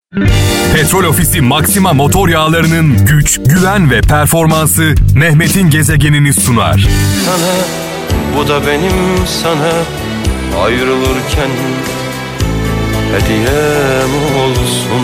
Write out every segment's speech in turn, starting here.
Petrol Ofisi Maxima motor yağlarının güç, güven ve performansı Mehmet'in gezegenini sunar. Sana, bu da benim sana ayrılırken hediyem olsun.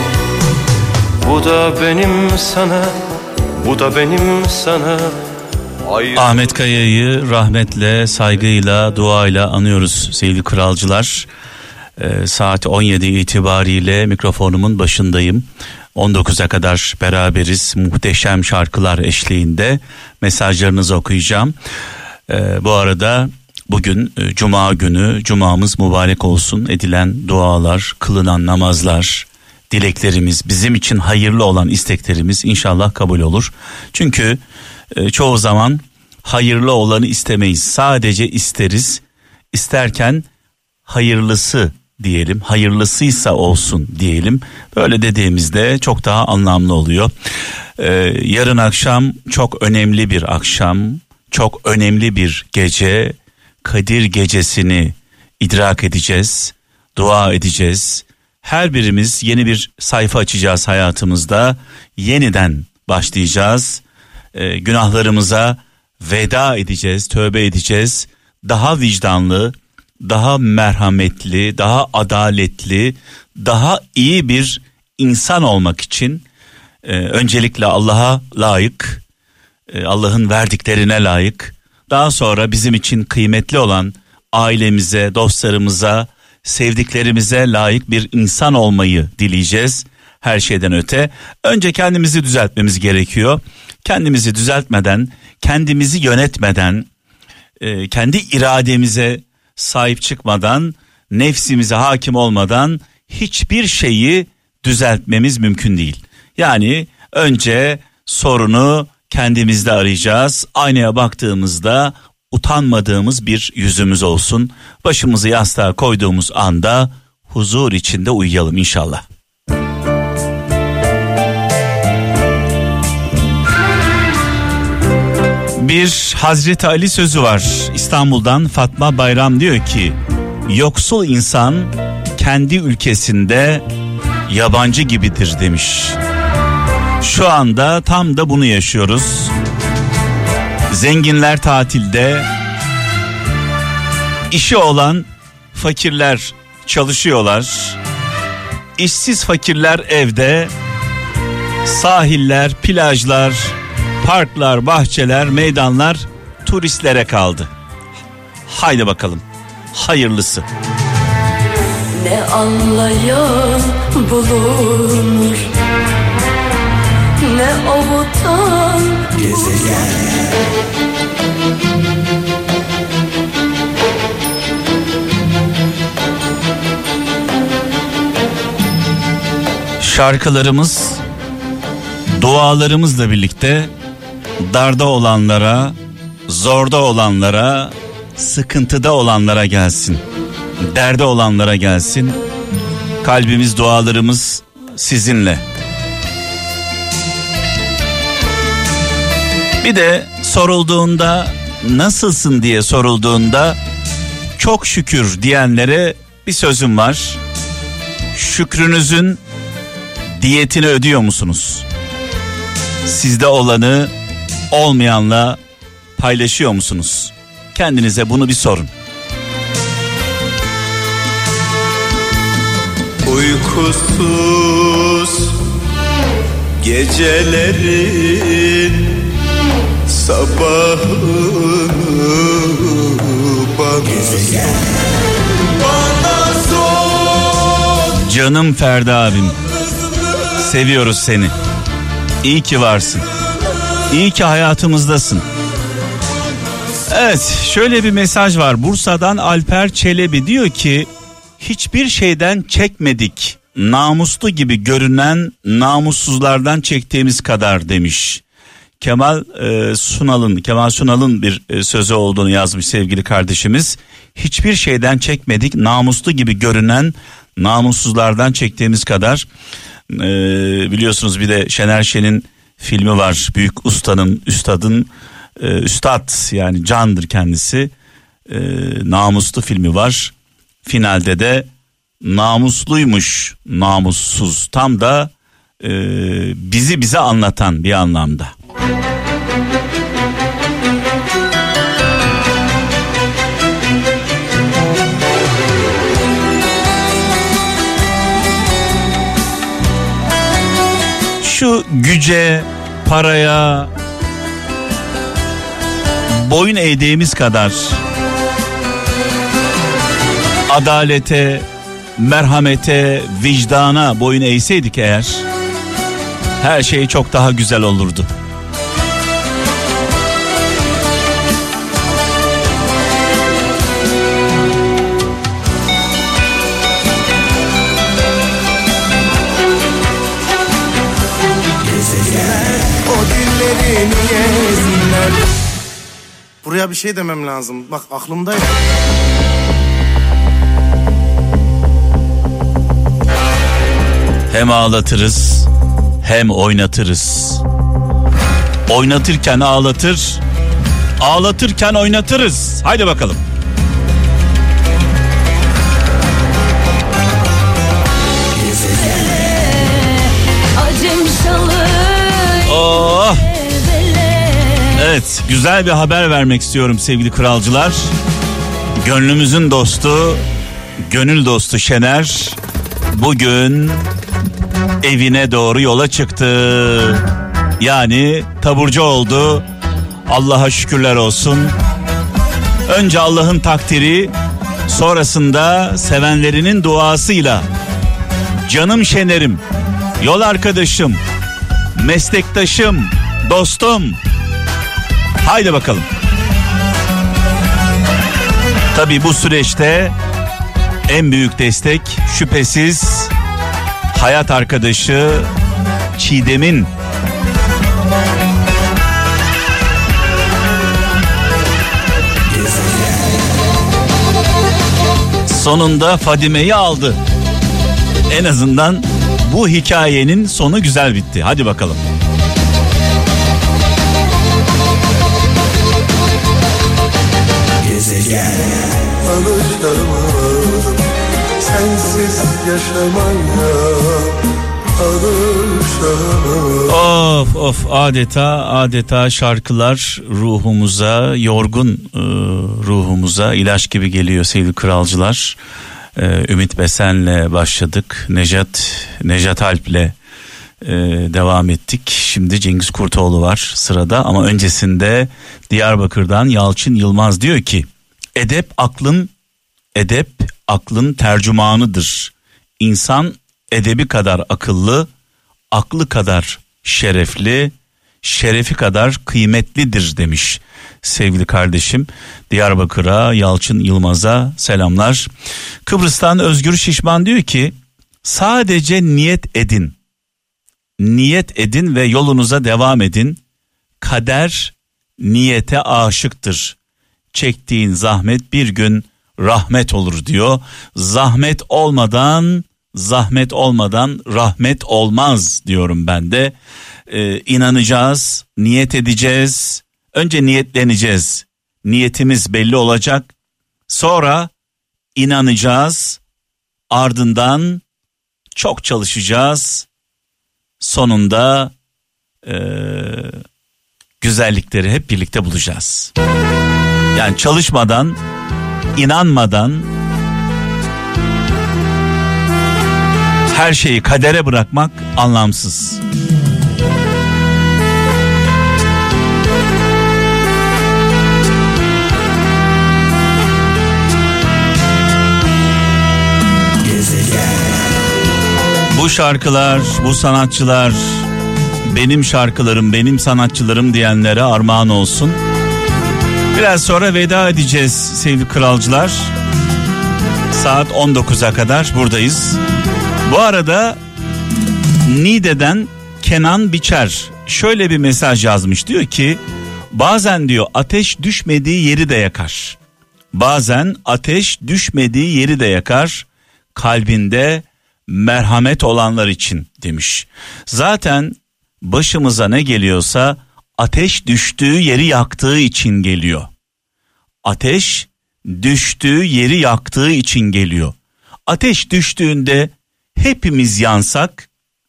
Bu da benim sana, bu da benim sana. Ahmet Kaya'yı rahmetle, saygıyla, duayla anıyoruz sevgili kralcılar. Saat 17 itibariyle mikrofonumun başındayım. 19'a kadar beraberiz. Muhteşem şarkılar eşliğinde mesajlarınızı okuyacağım. Bu arada bugün Cuma günü, Cuma'mız mübarek olsun. Edilen dualar, kılınan namazlar, dileklerimiz, bizim için hayırlı olan isteklerimiz inşallah kabul olur. Çünkü çoğu zaman hayırlı olanı istemeyiz. Sadece isteriz. İsterken hayırlısı diyelim, hayırlısıysa olsun diyelim. Böyle dediğimizde çok daha anlamlı oluyor. Yarın akşam çok önemli bir akşam, çok önemli bir gece. Kadir gecesini idrak edeceğiz, dua edeceğiz. Her birimiz yeni bir sayfa açacağız hayatımızda. Yeniden başlayacağız. Günahlarımıza veda edeceğiz, tövbe edeceğiz. Daha vicdanlı, daha merhametli, daha adaletli, daha iyi bir insan olmak için öncelikle Allah'a layık, Allah'ın verdiklerine layık, daha sonra bizim için kıymetli olan ailemize, dostlarımıza, sevdiklerimize layık bir insan olmayı dileyeceğiz. Her şeyden öte önce kendimizi düzeltmemiz gerekiyor. Kendimizi düzeltmeden, kendimizi yönetmeden, kendi irademize sahip çıkmadan, nefsimize hakim olmadan hiçbir şeyi düzeltmemiz mümkün değil. Yani önce sorunu kendimizde arayacağız. Aynaya baktığımızda utanmadığımız bir yüzümüz olsun. Başımızı yastığa koyduğumuz anda huzur içinde uyuyalım inşallah. Bir Hazreti Ali sözü var. İstanbul'dan Fatma Bayram diyor ki, yoksul insan kendi ülkesinde yabancı gibidir demiş. Şu anda tam da bunu yaşıyoruz. Zenginler tatilde, işi olan fakirler çalışıyorlar. İşsiz fakirler evde, sahiller, plajlar, parklar, bahçeler, meydanlar turistlere kaldı. Haydi bakalım, hayırlısı. Ne anlayan bulunur, ne avutan gezegen. Şarkılarımız, dualarımızla birlikte darda olanlara, zorda olanlara, sıkıntıda olanlara gelsin. Derde olanlara gelsin. Kalbimiz, dualarımız sizinle. Bir de sorulduğunda, nasılsın diye sorulduğunda çok şükür diyenlere bir sözüm var. Şükrünüzün diyetini ödüyor musunuz? Sizde olanı olmayanla paylaşıyor musunuz? Kendinize bunu bir sorun. Uykusuz gecelerin sabahını bana son. Canım Ferdi abim, seviyoruz seni. İyi ki varsın. İyi ki hayatımızdasın. Evet, şöyle bir mesaj var. Bursa'dan Alper Çelebi diyor ki, hiçbir şeyden çekmedik. Namuslu gibi görünen namussuzlardan çektiğimiz kadar demiş. Kemal Sunal'ın bir sözü olduğunu yazmış sevgili kardeşimiz. Hiçbir şeyden çekmedik. Namuslu gibi görünen namussuzlardan çektiğimiz kadar. Biliyorsunuz bir de Şener Şen'in filmi var. Büyük üstad yani candır kendisi. Namuslu filmi var. Finalde de namusluymuş namussuz. Tam da bize anlatan bir anlamda. Şu güce, paraya boyun eğdiğimiz kadar adalete, merhamete, vicdana boyun eğseydik eğer, her şey çok daha güzel olurdu. Buraya bir şey demem lazım. Bak aklımda ya. Hem ağlatırız hem oynatırız. Oynatırken ağlatır, ağlatırken oynatırız. Haydi bakalım. Oh. Evet, güzel bir haber vermek istiyorum sevgili kralcılar. Gönlümüzün dostu, gönül dostu Şener bugün evine doğru yola çıktı. Yani taburcu oldu. Allah'a şükürler olsun. Önce Allah'ın takdiri, sonrasında sevenlerinin duasıyla canım Şener'im, yol arkadaşım, meslektaşım, dostum. Haydi bakalım. Tabii bu süreçte en büyük destek şüphesiz hayat arkadaşı Çiğdem'in. Sonunda Fadime'yi aldı. En azından bu hikayenin sonu güzel bitti. Hadi bakalım. Alışamadım sensiz yaşamaya, alışamadım. Of adeta şarkılar ruhumuza, yorgun ruhumuza ilaç gibi geliyor sevgili kralcılar. Ümit Besen'le başladık, Nejat Alp'le devam ettik. Şimdi Cengiz Kurtoğlu var sırada, ama öncesinde Diyarbakır'dan Yalçın Yılmaz diyor ki edep aklın tercümanıdır. İnsan edebi kadar akıllı, aklı kadar şerefli, şerefi kadar kıymetlidir demiş sevgili kardeşim. Diyarbakır'a, Yalçın Yılmaz'a selamlar. Kıbrıs'tan Özgür Şişman diyor ki sadece niyet edin. Niyet edin ve yolunuza devam edin. Kader niyete aşıktır. Çektiğin zahmet bir gün rahmet olur diyor. Zahmet olmadan rahmet olmaz diyorum ben de. İnanacağız, niyet edeceğiz. Önce niyetleneceğiz. Niyetimiz belli olacak. Sonra inanacağız. Ardından çok çalışacağız. Sonunda güzellikleri hep birlikte bulacağız. Yani çalışmadan, inanmadan her şeyi kadere bırakmak anlamsız. Bu şarkılar, bu sanatçılar benim şarkılarım, benim sanatçılarım diyenlere armağan olsun. Biraz sonra veda edeceğiz sevgili kralcılar. Saat 19'a kadar buradayız. Bu arada Niğde'den Kenan Biçer şöyle bir mesaj yazmış. Diyor ki bazen diyor ateş düşmediği yeri de yakar. Bazen ateş düşmediği yeri de yakar. Kalbinde merhamet olanlar için demiş. Zaten başımıza ne geliyorsa ateş düştüğü yeri yaktığı için geliyor. Ateş düştüğü yeri yaktığı için geliyor. Ateş düştüğünde hepimiz yansak,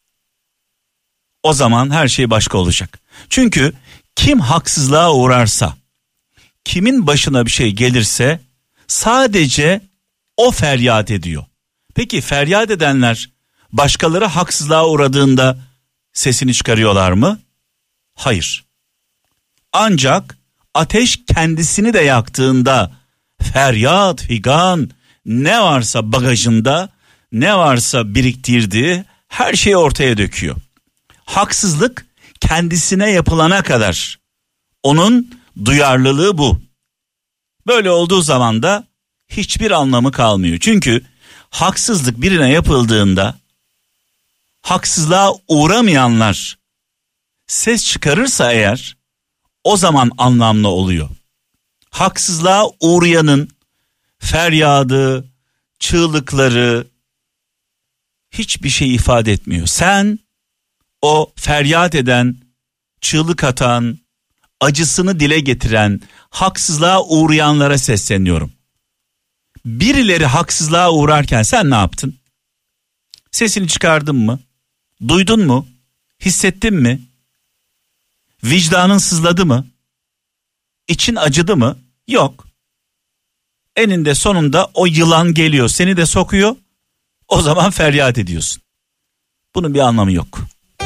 o zaman her şey başka olacak. Çünkü kim haksızlığa uğrarsa, kimin başına bir şey gelirse sadece o feryat ediyor. Peki feryat edenler başkaları haksızlığa uğradığında sesini çıkarıyorlar mı? Hayır. Ancak ateş kendisini de yaktığında feryat, figan, ne varsa bagajında, ne varsa biriktirdiği her şeyi ortaya döküyor. Haksızlık kendisine yapılana kadar onun duyarlılığı bu. Böyle olduğu zaman da hiçbir anlamı kalmıyor. Çünkü haksızlık birine yapıldığında haksızlığa uğramayanlar ses çıkarırsa eğer, o zaman anlamlı oluyor. Haksızlığa uğrayanın feryadı, çığlıkları hiçbir şey ifade etmiyor. Sen o feryat eden, çığlık atan, acısını dile getiren, haksızlığa uğrayanlara sesleniyorum. Birileri haksızlığa uğrarken sen ne yaptın? Sesini çıkardın mı? Duydun mu? Hissettin mi? Vicdanın sızladı mı? İçin acıdı mı? Yok. Eninde sonunda o yılan geliyor, seni de sokuyor. O zaman feryat ediyorsun. Bunun bir anlamı yok.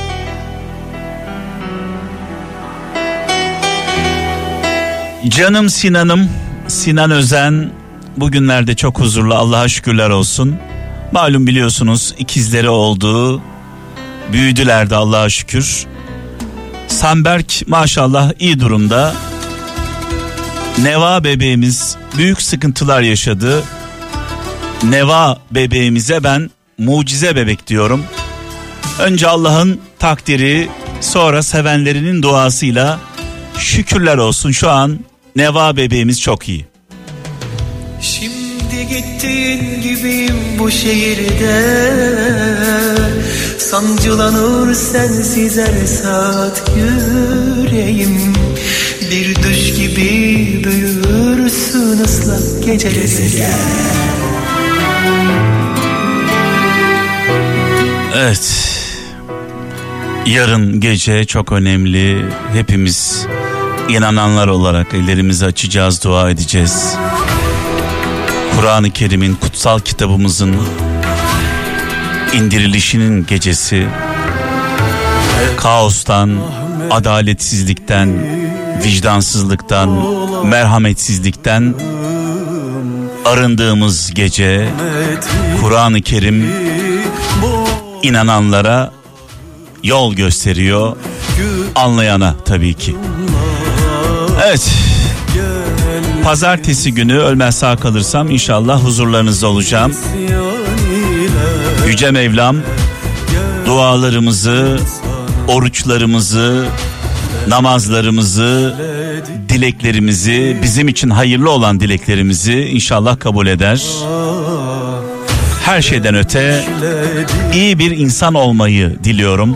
Canım Sinan'ım, Sinan Özen bugünlerde çok huzurlu, Allah'a şükürler olsun. Malum biliyorsunuz ikizleri oldu, büyüdüler de Allah'a şükür. Samberk maşallah iyi durumda. Neva bebeğimiz büyük sıkıntılar yaşadı. Neva bebeğimize ben mucize bebek diyorum. Önce Allah'ın takdiri, sonra sevenlerinin duasıyla şükürler olsun, şu an Neva bebeğimiz çok iyi. Şimdi gittiğin gibiyim bu şehirde, sancılanır sensiz her saat yüreğim. Bir düş gibi büyürsün ıslak gecelerinde. Evet, yarın gece çok önemli. Hepimiz inananlar olarak ellerimizi açacağız, dua edeceğiz. Kur'an-ı Kerim'in, kutsal kitabımızın indirilişinin gecesi. Kaostan, adaletsizlikten, vicdansızlıktan, merhametsizlikten arındığımız gece. Kur'an-ı Kerim inananlara yol gösteriyor, anlayana tabii ki. Evet, pazartesi günü ölmez sağ kalırsam inşallah huzurlarınızda olacağım. Yüce Mevlam dualarımızı, oruçlarımızı, namazlarımızı, dileklerimizi, bizim için hayırlı olan dileklerimizi inşallah kabul eder. Her şeyden öte iyi bir insan olmayı diliyorum.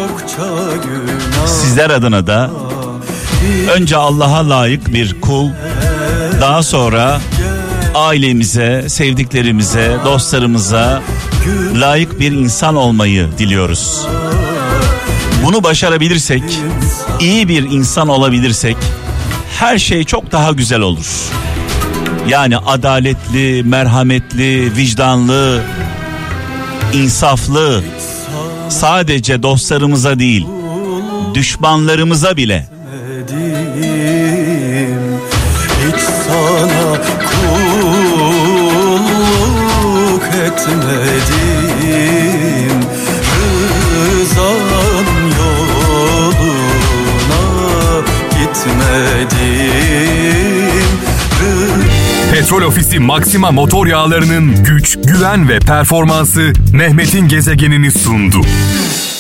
Sizler adına da önce Allah'a layık bir kul, daha sonra ailemize, sevdiklerimize, dostlarımıza layık bir insan olmayı diliyoruz. Bunu başarabilirsek, iyi bir insan olabilirsek her şey çok daha güzel olur. Yani adaletli, merhametli, vicdanlı, insaflı, sadece dostlarımıza değil, düşmanlarımıza bile. Hiç sana kulluk etmedim, rızan yoluna gitmedim. Petrol Ofisi Maxima motor yağlarının güç, güven ve performansı Mehmet'in gezegenini sundu.